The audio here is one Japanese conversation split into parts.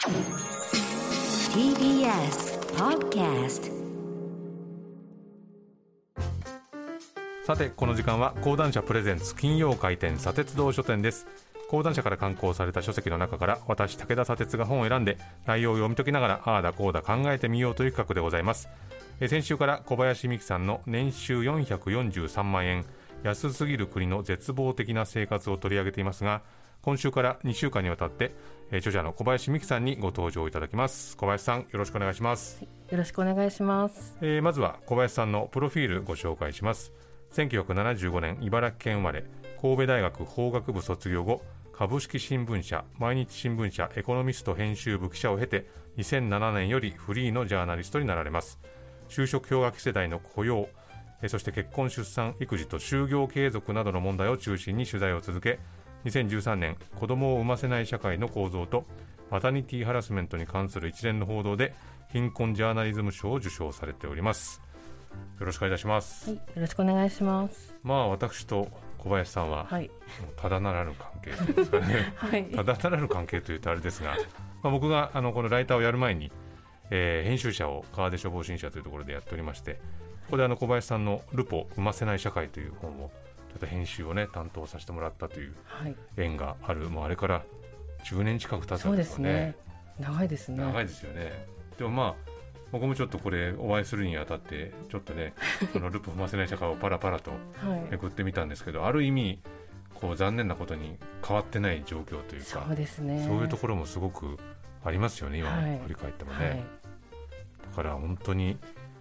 TBS Podcast。 さてこの時間は講談社プレゼンツ金曜回転砂鉄道書店です。講談社から刊行された書籍の中から私武田砂鉄が本を選んで内容を読み解きながらああだこうだ考えてみようという企画でございます。先週から小林美樹さんの年収443万円安すぎる国の絶望的な生活を取り上げていますが、今週から2週間にわたって著者の小林美樹さんにご登場いただきます。小林さんよろしくお願いします。 よろしくお願いします。 まずは小林さんのプロフィールご紹介します。1975年茨城県生まれ、神戸大学法学部卒業後株式新聞社、毎日新聞社エコノミスト編集部記者を経て2007年よりフリーのジャーナリストになられます。就職氷河期世代の雇用、そして結婚出産育児と就業継続などの問題を中心に取材を続け、2013年子供を産ませない社会の構造とマタニティハラスメントに関する一連の報道で貧困ジャーナリズム賞を受賞されております。よろしくお願いいたします。 はい、よろしくお願いします。 私と小林さんは、 はい、 ただならぬ関係というんですかね、はい、ただならぬ関係というとあれですが、僕がこのライターをやる前に、編集者を川出処方新社というところでやっておりまして、ここで小林さんのルポ産ませない社会という本をちょっと編集をね担当させてもらったという縁がある、もうあれから10年近く経ったんですよね。 そうですね、長いですね。 長いですよね。でも僕もちょっとこれお会いするにあたってちょっとねそのルポ踏ませない社会をパラパラとめくってみたんですけど、ある意味残念なことに変わってない状況というか、 そうですね、 そういうところもすごくありますよね、今振り返ってもね、だから本当に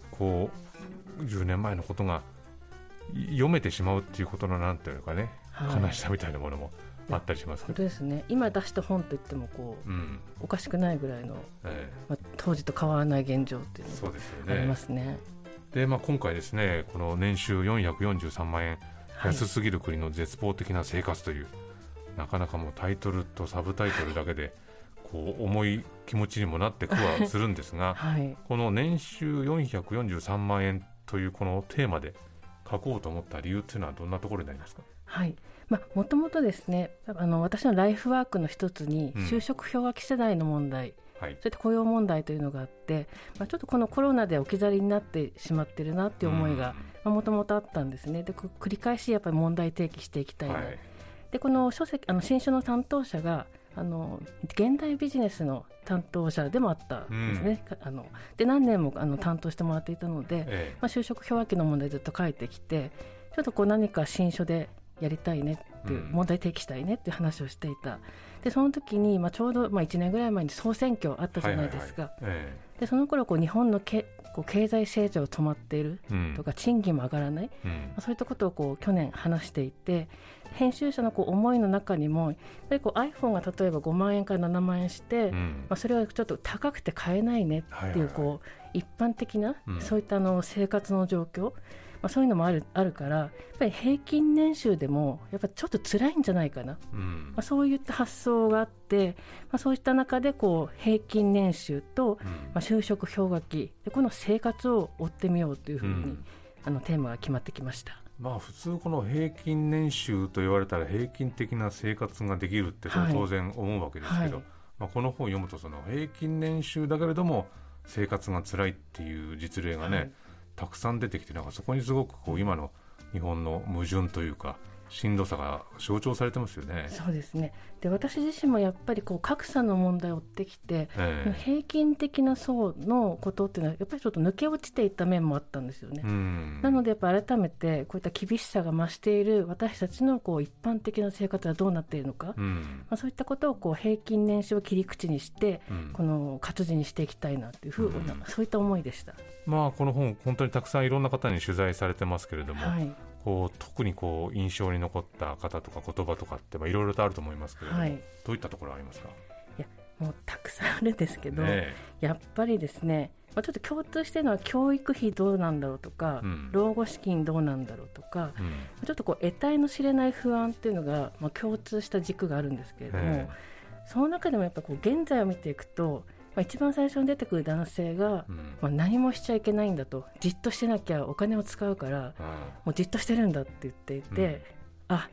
10年前のことが読めてしまうっていうことのなんていうかね、悲しさみたいなものもあったりしますけど、 本当ですね。今出した本といってもおかしくないぐらいの、当時と変わらない現状っていうのがありますね。 で、今回ですね、この年収443万円安すぎる国の絶望的な生活という、なかなかもうタイトルとサブタイトルだけで重い気持ちにもなってくはするんですが、この年収443万円というこのテーマで書こうと思った理由というのはどんなところになりますか？ もともとですね、私のライフワークの一つに就職氷河期世代の問題、それと雇用問題というのがあって、ちょっとこのコロナで置き去りになってしまっているなという思いがもともとあったんですね。で、繰り返しやっぱり問題提起していきたいな、でこの書籍新書の担当者が現代ビジネスの担当者でもあったんですね。で何年も担当してもらっていたので、就職氷河期の問題ずっと書いてきて、ちょっと何か新書でやりたいねっていう、問題提起したいねっていう話をしていた。でその時に、ちょうど1年ぐらい前に総選挙あったじゃないですか。でその頃日本の経済成長止まっているとか、賃金も上がらない、そういったことを去年話していて、編集者の思いの中にもやっぱりiPhone が例えば5万円から7万円して、それはちょっと高くて買えないねっていう、一般的な、そういった生活の状況、そういうのもあるからやっぱり平均年収でもやっぱりちょっと辛いんじゃないかな、そういった発想があって、そういった中で平均年収と、就職氷河期でこの生活を追ってみようというふうに、テーマが決まってきました。 普通この平均年収と言われたら平均的な生活ができるって当然思うわけですけど、この本を読むとその平均年収だけれども生活が辛いっていう実例がね、たくさん出てきて、そこにすごく今の日本の矛盾というかしんどさが象徴されてますよね。 そうですね。で私自身もやっぱり格差の問題を追ってきて、平均的な層のことっていうのはやっぱりちょっと抜け落ちていった面もあったんですよね。なのでやっぱり改めてこういった厳しさが増している私たちの一般的な生活はどうなっているのか、そういったことを平均年収を切り口にして、この活字にしていきたいなというふうな、そういった思いでした。 この本本当にたくさんいろんな方に取材されてますけれども、特に印象に残った方とか言葉とかっていろいろとあると思いますけれども、どういったところありますか？ いやもうたくさんあるんですけど、やっぱりですね、ちょっと共通しているのは教育費どうなんだろうとか、老後資金どうなんだろうとか、ちょっと得体の知れない不安っていうのが、共通した軸があるんですけれども、その中でもやっぱ現在を見ていくと、一番最初に出てくる男性が、何もしちゃいけないんだと、じっとしてなきゃお金を使うから、もうじっとしてるんだって言っていて、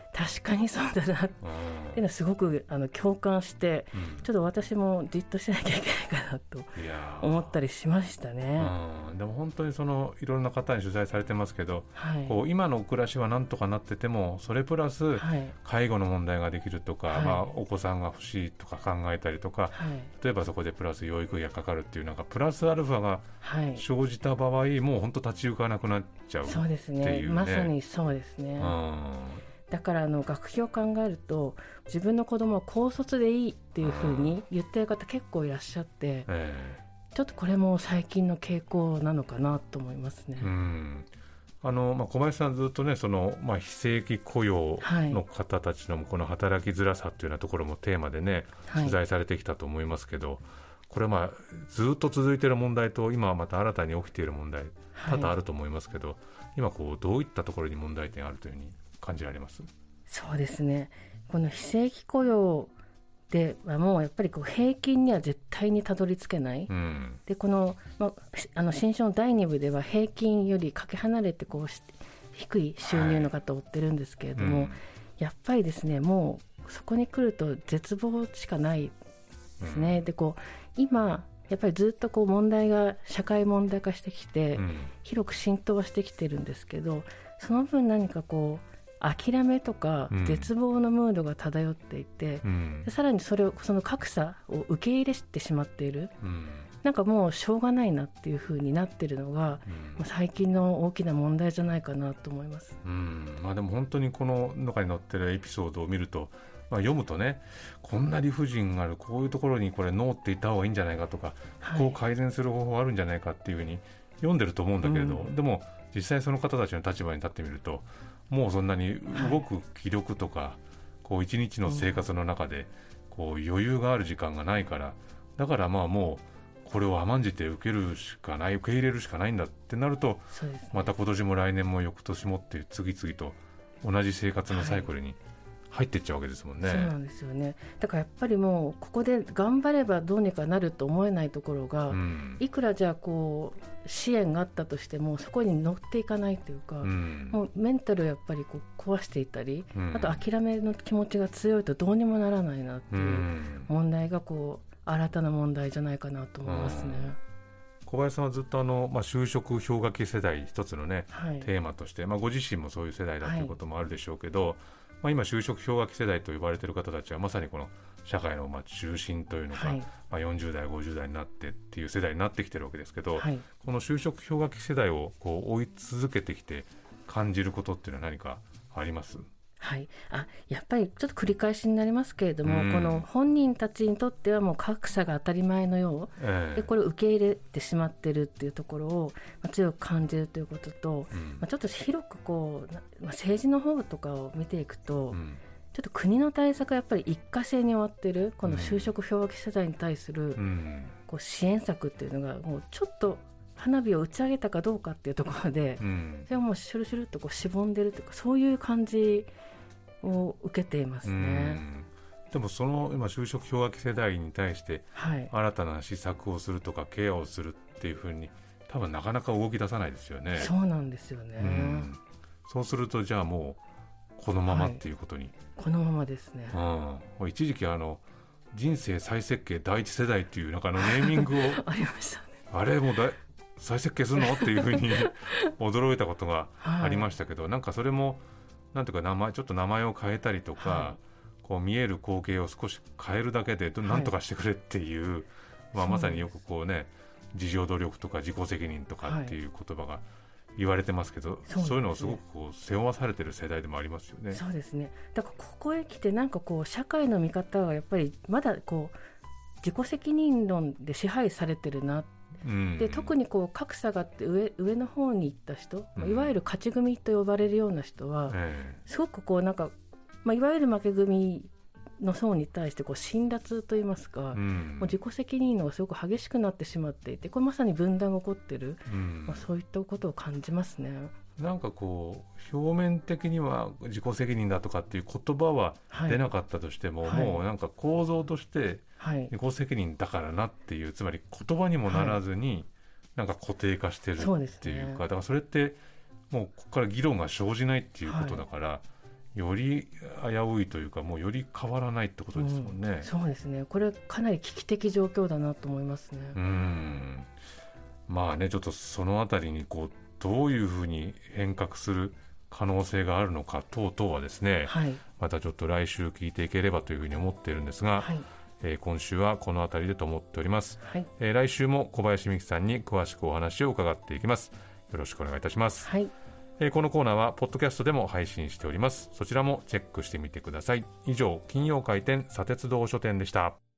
確かにそうだなっていうのはすごく共感して、ちょっと私もじっとしなきゃいけないかなと思ったりしましたね。 でも本当にいろんな方に取材されてますけど、こう今の暮らしはなんとかなっててもそれプラス介護の問題ができるとか、お子さんが欲しいとか考えたりとか、例えばそこでプラス養育費がかかるっていうなんかプラスアルファが生じた場合、もう本当立ち行かなくなっちゃうっていうね。 そうですね、まさにそうですね。だから学費を考えると自分の子供は高卒でいいっていうふうに言ってる方結構いらっしゃって、ちょっとこれも最近の傾向なのかなと思いますね。 小林さんずっとね非正規雇用の方たちのこの働きづらさというようなところもテーマでね、取材されてきたと思いますけど、これずっと続いている問題と今また新たに起きている問題多々あると思いますけど、今どういったところに問題点あるというふうに感じられます？ そうですね、この非正規雇用ではもうやっぱり平均には絶対にたどり着けない、でこの、新書の第2部では平均よりかけ離れて低い収入の方を追ってるんですけれども、やっぱりですね、もうそこに来ると絶望しかないですね。で今やっぱりずっと問題が社会問題化してきて、広く浸透はしてきてるんですけど、その分何か諦めとか絶望のムードが漂っていて、でさらにその格差を受け入れてしまっている、なんかもうしょうがないなっていう風になっているのが、最近の大きな問題じゃないかなと思います。 でも本当にこの中に載ってるエピソードを見ると、読むとね、こんな理不尽がある、こういうところにノーって言った方がいいんじゃないかとか、こう改善する方法あるんじゃないかっていう風に読んでると思うんだけれど、でも実際その方たちの立場に立ってみると、もうそんなに動く気力とか、一日の生活の中で余裕がある時間がないから、だからもうこれを甘んじて受け入れるしかないんだってなると、また今年も来年も翌年もって次々と同じ生活のサイクルに入っていっちゃうわけですもんね。 そうなんですよね。だからやっぱりもうここで頑張ればどうにかなると思えないところが、いくらじゃあ支援があったとしてもそこに乗っていかないというか、もうメンタルをやっぱり壊していたり、あと諦めの気持ちが強いとどうにもならないなっていう問題が新たな問題じゃないかなと思いますね。 小林さんはずっと就職氷河期世代一つのね、テーマとして、ご自身もそういう世代だということもあるでしょうけど、今就職氷河期世代と呼ばれている方たちはまさにこの社会の中心というのか、40代50代になってっていう世代になってきてるわけですけど、この就職氷河期世代を追い続けてきて感じることっていうのは何かあります？ やっぱりちょっと繰り返しになりますけれども、この本人たちにとってはもう格差が当たり前のよう、でこれを受け入れてしまってるっていうところを、強く感じるということと、ちょっと広く政治の方とかを見ていくと、ちょっと国の対策がやっぱり一過性に終わってるこの就職氷河期世代に対する支援策っていうのがもうちょっと花火を打ち上げたかどうかっていうところで、それはもうシュルシュルっとしぼんでるというか、そういう感じを受けていますね。 でも今就職氷河期世代に対して新たな施策をするとかケアをするっていうふうに多分なかなか動き出さないですよね。 そうなんですよね。 そうするとじゃあもうこのままっていうことに、 このままですね。 一時期人生再設計第一世代っていうネーミングをありましたね。 あれも再設計するのっていうふうに驚いたことがありましたけど、なんかそれもなんていうかちょっと名前を変えたりとか、見える光景を少し変えるだけでなんとかしてくれっていう、まさによく自助努力とか自己責任とかっていう言葉が言われてますけど、そういうのをすごく背負わされてる世代でもありますよね。 そうですね。だからここへ来てなんか社会の見方がやっぱりまだ自己責任論で支配されてるな。で特に格差があって上の方に行った人、いわゆる勝ち組と呼ばれるような人は、すごくいわゆる負け組の層に対して辛辣といいますか、もう自己責任のがすごく激しくなってしまっていて、これまさに分断が起こってる、そういったことを感じますね。 なんか表面的には自己責任だとかっていう言葉は出なかったとしても、もうなんか構造として自己責任だからなっていう、つまり言葉にもならずになんか固定化してるっていうか、だからそれってもうここから議論が生じないっていうことだから、 より危ういというか、もうより変わらないってことですもんね。 そうですね、これかなり危機的状況だなと思いますね。 まあね、ちょっとそのあたりにどういうふうに変革する可能性があるのか等々はですね、 はい、 またちょっと来週聞いていければというふうに思っているんですが、はい、今週はこのあたりでと思っております。はい、来週も小林美希さんに詳しくお話を伺っていきます。よろしくお願いいたします。はい、このコーナーはポッドキャストでも配信しております。そちらもチェックしてみてください。以上、金曜回転砂鉄道書店でした。